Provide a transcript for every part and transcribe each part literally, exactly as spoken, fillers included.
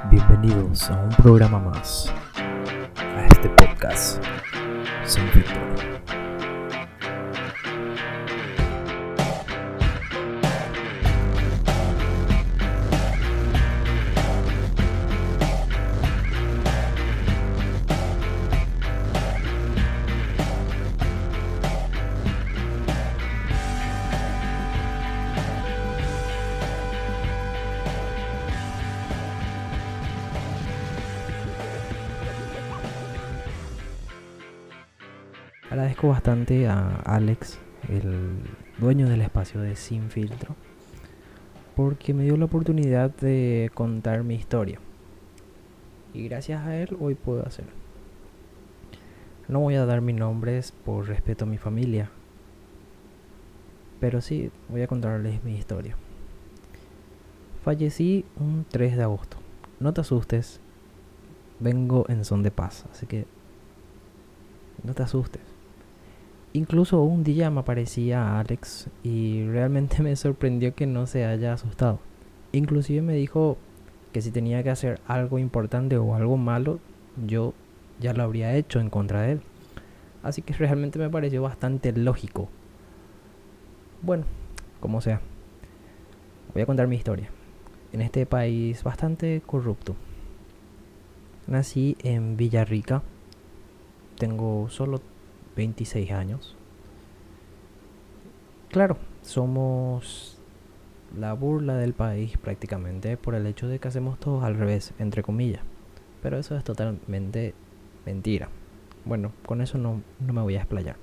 Bienvenidos a un programa más, a este podcast sin filtro. Agradezco bastante a Alex, el dueño del espacio de Sin Filtro, porque me dio la oportunidad de contar mi historia. Y gracias a él hoy puedo hacerlo. No voy a dar mis nombres por respeto a mi familia, pero sí voy a contarles mi historia. Fallecí un tres de agosto. No te asustes, vengo en son de paz, así que no te asustes. Incluso un día me aparecía Alex y realmente me sorprendió que no se haya asustado. Inclusive me dijo que si tenía que hacer algo importante o algo malo, yo ya lo habría hecho en contra de él. Así que realmente me pareció bastante lógico. Bueno, como sea, voy a contar mi historia. En este país bastante corrupto. Nací en Villarrica. Tengo solo veintiséis años. Claro, somos la burla del país prácticamente por el hecho de que hacemos todo al revés, entre comillas. Pero eso es totalmente mentira. Bueno, con eso no, no me voy a explayar.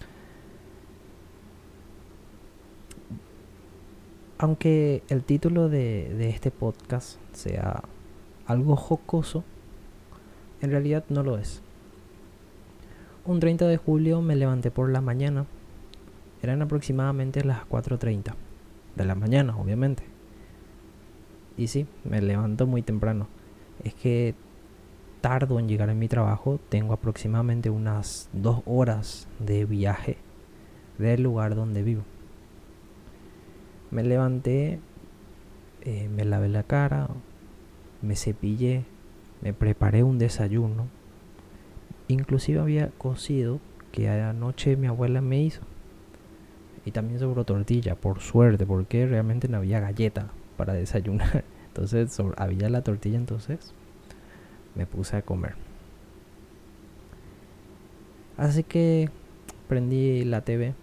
Aunque el título de, de este podcast sea algo jocoso, en realidad no lo es. Un treinta de julio me levanté por la mañana. Eran aproximadamente las cuatro treinta de la mañana, obviamente. Y sí, me levanto muy temprano. Es que tardo en llegar a mi trabajo. Tengo aproximadamente unas dos horas de viaje del lugar donde vivo. Me levanté, eh, me lavé la cara, me cepillé, me preparé un desayuno. Inclusive había cocido que anoche mi abuela me hizo. Y también sobró tortilla, por suerte, porque realmente no había galleta para desayunar. Entonces sobre, había la tortilla, entonces me puse a comer. Así que prendí la T V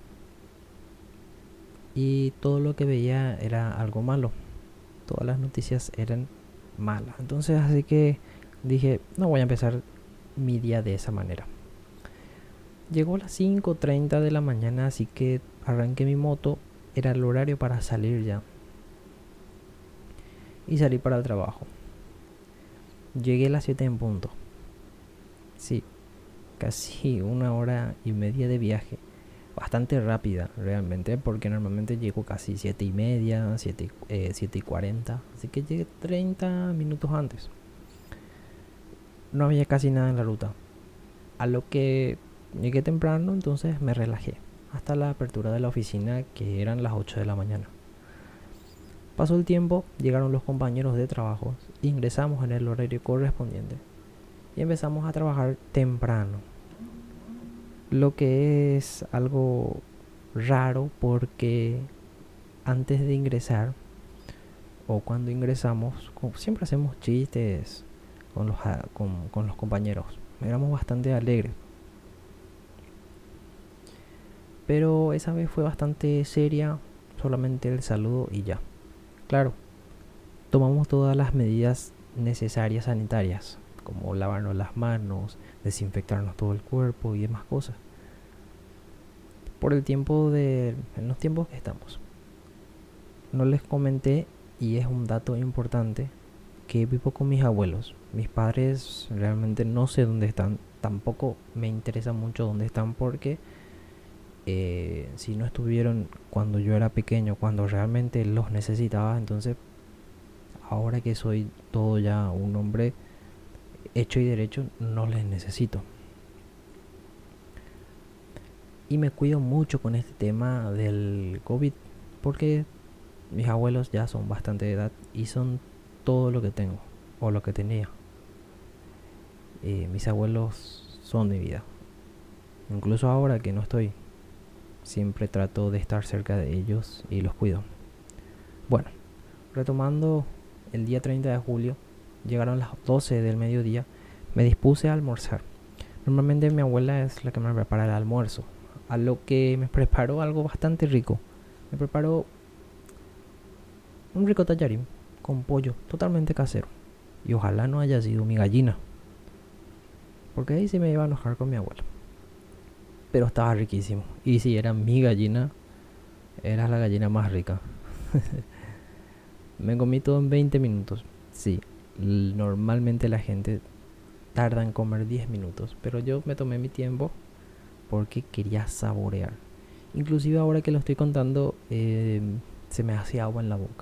y todo lo que veía era algo malo. Todas las noticias eran malas. Entonces así que dije, no voy a empezar mi día de esa manera. Llegó a las cinco treinta de la mañana, así que arranqué mi moto. Era el horario para salir ya. Y salí para el trabajo. Llegué a las siete en punto. Sí, casi una hora y media de viaje. Bastante rápida realmente, porque normalmente llego casi siete y media, siete, eh, siete y cuarenta. Así que llegué treinta minutos antes. No había casi nada en la ruta. A lo que llegué temprano, entonces me relajé hasta la apertura de la oficina, que eran las ocho de la mañana. Pasó el tiempo, llegaron los compañeros de trabajo, ingresamos en el horario correspondiente y empezamos a trabajar temprano. Lo que es algo raro porque antes de ingresar o cuando ingresamos, siempre hacemos chistes con los, con, con los compañeros. Éramos bastante alegres. Pero esa vez fue bastante seria, solamente el saludo y ya. Claro, tomamos todas las medidas necesarias sanitarias, como lavarnos las manos, desinfectarnos todo el cuerpo y demás cosas. Por el tiempo de, en los tiempos que estamos. No les comenté, y es un dato importante, que vivo con mis abuelos. Mis padres realmente no sé dónde están, tampoco me interesa mucho dónde están porque eh, si no estuvieron cuando yo era pequeño, cuando realmente los necesitaba, entonces ahora que soy todo ya un hombre hecho y derecho, no les necesito. Y me cuido mucho con este tema del COVID porque mis abuelos ya son bastante de edad y son todo lo que tengo. o lo que tenía. Eh, mis abuelos son mi vida. Incluso ahora que no estoy, siempre trato de estar cerca de ellos y los cuido. Bueno, retomando el día treinta de julio, llegaron las doce del mediodía, me dispuse a almorzar. Normalmente mi abuela es la que me prepara el almuerzo, a lo que me preparó algo bastante rico. Me preparó un rico tallarín con pollo totalmente casero. Y ojalá no haya sido mi gallina, porque ahí sí me iba a enojar con mi abuela. Pero estaba riquísimo. Y si era mi gallina, era la gallina más rica. Me comí todo en veinte minutos. Sí, normalmente la gente tarda en comer diez minutos, pero yo me tomé mi tiempo porque quería saborear. Inclusive ahora que lo estoy contando, eh, se me hace agua en la boca.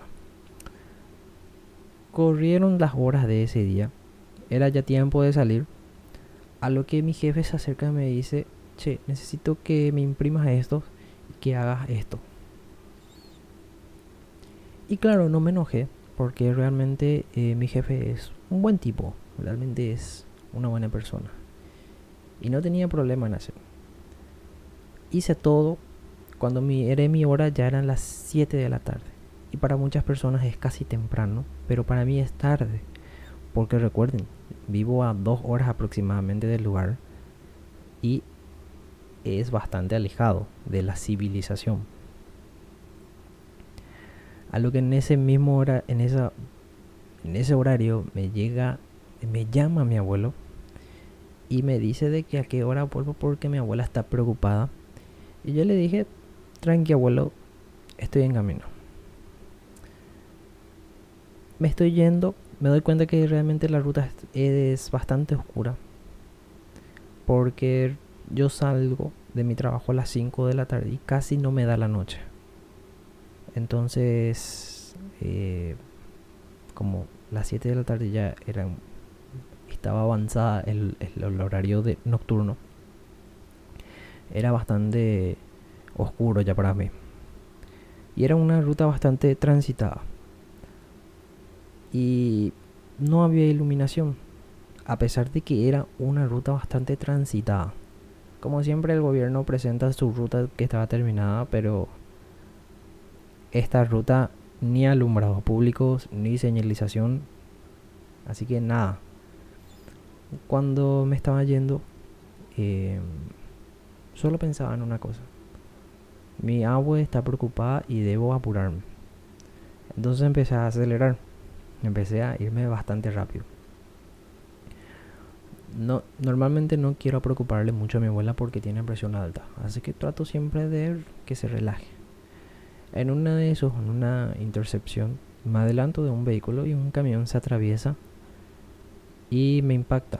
Corrieron las horas de ese día. Era ya tiempo de salir. A lo que mi jefe se acerca y me dice: che, necesito que me imprimas esto y que hagas esto. Y claro, no me enojé, porque realmente eh, mi jefe es un buen tipo. Realmente es una buena persona. Y no tenía problema en hacer. Hice todo. Cuando mi, era mi hora ya eran las siete de la tarde. Y para muchas personas es casi temprano, pero para mí es tarde. Porque recuerden, vivo a dos horas aproximadamente del lugar y es bastante alejado de la civilización. A lo que en ese mismo hora, en esa, en ese horario me llega, me llama mi abuelo y me dice de que a qué hora vuelvo porque mi abuela está preocupada. Y yo le dije: tranqui abuelo, estoy en camino. Me estoy yendo, me doy cuenta que realmente la ruta es bastante oscura, porque yo salgo de mi trabajo a las cinco de la tarde y casi no me da la noche. Entonces, eh, como las siete de la tarde ya era, estaba avanzada el, el, el horario de nocturno, era bastante oscuro ya para mí. Y era una ruta bastante transitada. Y no había iluminación, a pesar de que era una ruta bastante transitada. Como siempre, el gobierno presenta su ruta que estaba terminada, pero esta ruta ni alumbrado públicos ni señalización, así que nada. Cuando me estaba yendo, eh, solo pensaba en una cosa: mi abue está preocupada y debo apurarme. Entonces empecé a acelerar, empecé a irme bastante rápido. No, normalmente no quiero preocuparle mucho a mi abuela porque tiene presión alta, así que trato siempre de que se relaje. En una de esos, en una intercepción, me adelanto de un vehículo y un camión se atraviesa y me impacta.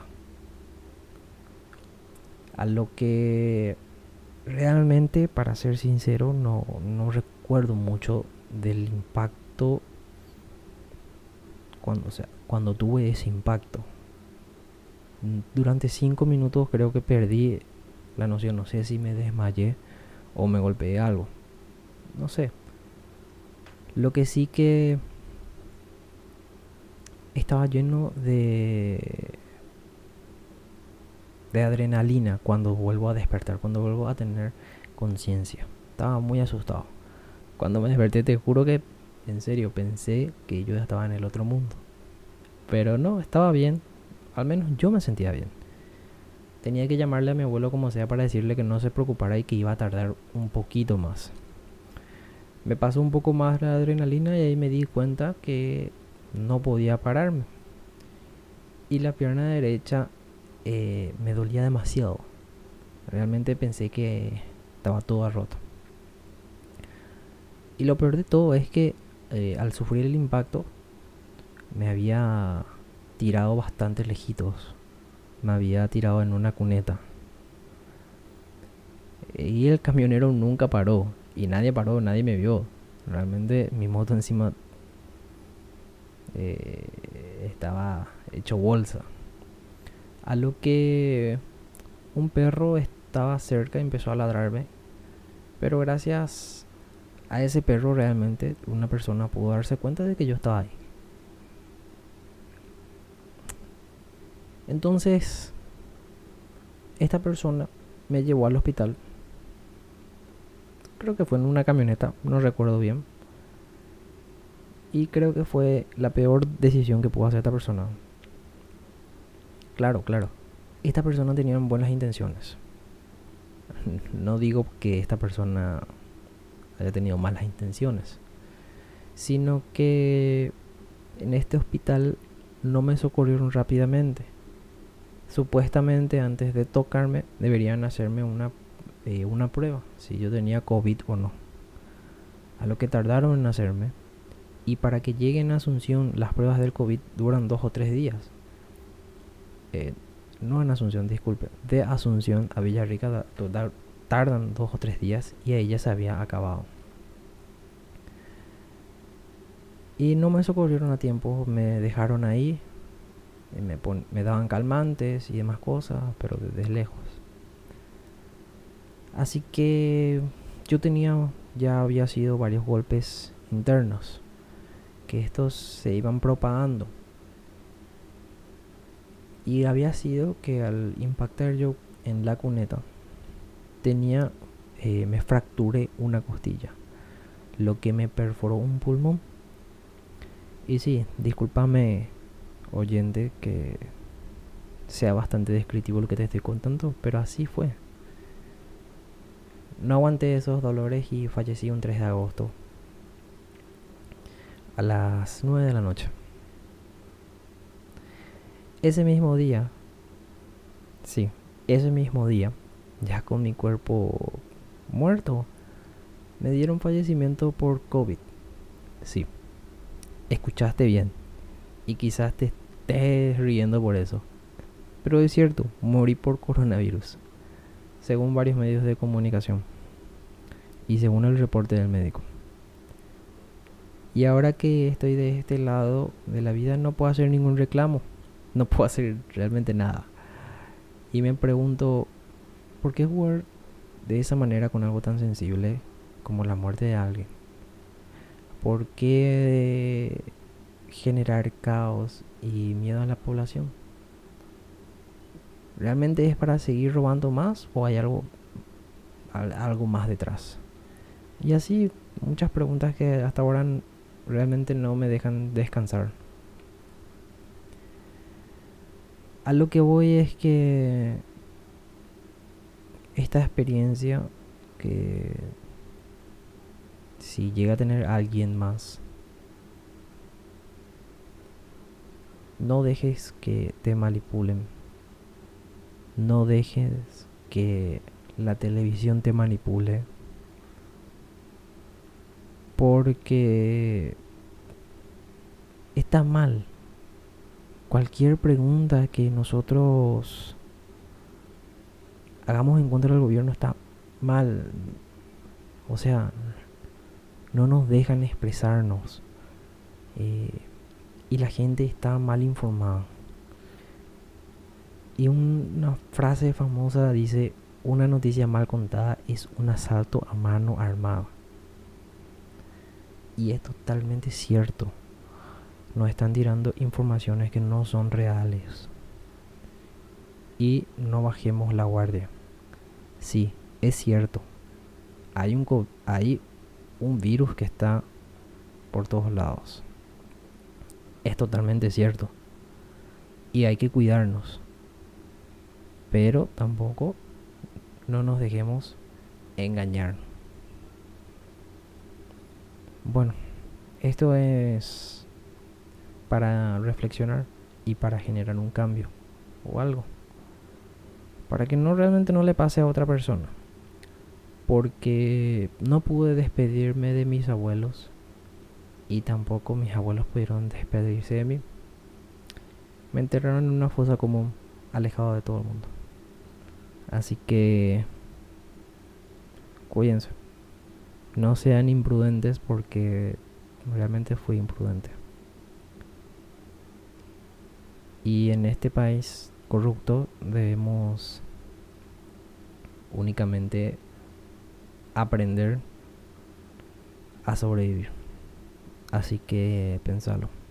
A lo que realmente, para ser sincero, no, no recuerdo mucho del impacto cuando, o sea, cuando tuve ese impacto. Durante cinco minutos creo que perdí la noción. No sé si me desmayé o me golpeé algo. No sé. Lo que sí que estaba lleno de de adrenalina cuando vuelvo a despertar, cuando vuelvo a tener conciencia. Estaba muy asustado. Cuando me desperté, te juro que en serio pensé que yo estaba en el otro mundo. Pero no, estaba bien. Al menos yo me sentía bien. Tenía que llamarle a mi abuelo como sea para decirle que no se preocupara y que iba a tardar un poquito más. Me pasó un poco más la adrenalina y ahí me di cuenta que no podía pararme. Y la pierna derecha eh, me dolía demasiado. Realmente pensé que estaba toda rota. Y lo peor de todo es que eh, al sufrir el impacto me había tirado bastante lejitos. Me había tirado en una cuneta. Y el camionero nunca paró. Y nadie paró, nadie me vio. Realmente mi moto encima eh, estaba hecho bolsa. A lo que un perro estaba cerca y empezó a ladrarme. Pero gracias a ese perro realmente una persona pudo darse cuenta de que yo estaba ahí. Entonces, esta persona me llevó al hospital. Creo que fue en una camioneta, no recuerdo bien. Y creo que fue la peor decisión que pudo hacer esta persona. Claro, claro. Esta persona tenía buenas intenciones. No digo que esta persona haya tenido malas intenciones, sino que en este hospital no me socorrieron rápidamente. Supuestamente antes de tocarme deberían hacerme una, eh, una prueba, si yo tenía COVID o no. A lo que tardaron en hacerme. Y para que lleguen a Asunción, las pruebas del COVID duran dos o tres días. Eh, no en Asunción, disculpe. De Asunción a Villarrica tardan dos o tres días y ahí ya se había acabado. Y no me socorrieron a tiempo, me dejaron ahí. Me, pon- me daban calmantes y demás cosas, pero desde lejos. Así que yo tenía, ya había sido varios golpes internos, que estos se iban propagando. Y había sido que al impactar yo en la cuneta, tenía, eh, me fracturé una costilla, lo que me perforó un pulmón. Y sí, discúlpame, oyente, que sea bastante descriptivo lo que te estoy contando, pero así fue. No aguanté esos dolores y fallecí un tres de agosto a las nueve de la noche. Ese mismo día, sí, ese mismo día, ya con mi cuerpo muerto, me dieron fallecimiento por COVID. Sí, escuchaste bien. Y quizás te estés riendo por eso. Pero es cierto, morí por coronavirus, según varios medios de comunicación y según el reporte del médico. Y ahora que estoy de este lado de la vida, no puedo hacer ningún reclamo. No puedo hacer realmente nada. Y me pregunto, ¿por qué jugar de esa manera con algo tan sensible como la muerte de alguien? ¿Por qué generar caos y miedo a la población? ¿Realmente es para seguir robando más o hay algo, algo más detrás? Y así muchas preguntas que hasta ahora realmente no me dejan descansar. A lo que voy es que esta experiencia, que si llega a tener a alguien más, no dejes que te manipulen. No dejes que la televisión te manipule, porque está mal. Cualquier pregunta que nosotros hagamos en contra del gobierno está mal. O sea, no nos dejan expresarnos. Eh, y la gente está mal informada. Y una frase famosa dice, una noticia mal contada es un asalto a mano armada. Y es totalmente cierto. Nos están tirando informaciones que no son reales. Y no bajemos la guardia. Sí, es cierto. Hay un, hay un virus que está por todos lados. Es totalmente cierto. Y hay que cuidarnos. Pero tampoco no nos dejemos engañar. Bueno, esto es para reflexionar y para generar un cambio o algo, para que no realmente no le pase a otra persona. Porque no pude despedirme de mis abuelos y tampoco mis abuelos pudieron despedirse de mí. Me enterraron en una fosa común, alejado de todo el mundo. Así que cuídense. No sean imprudentes, porque realmente fui imprudente. Y en este país corrupto debemos únicamente aprender a sobrevivir. Así que pensalo.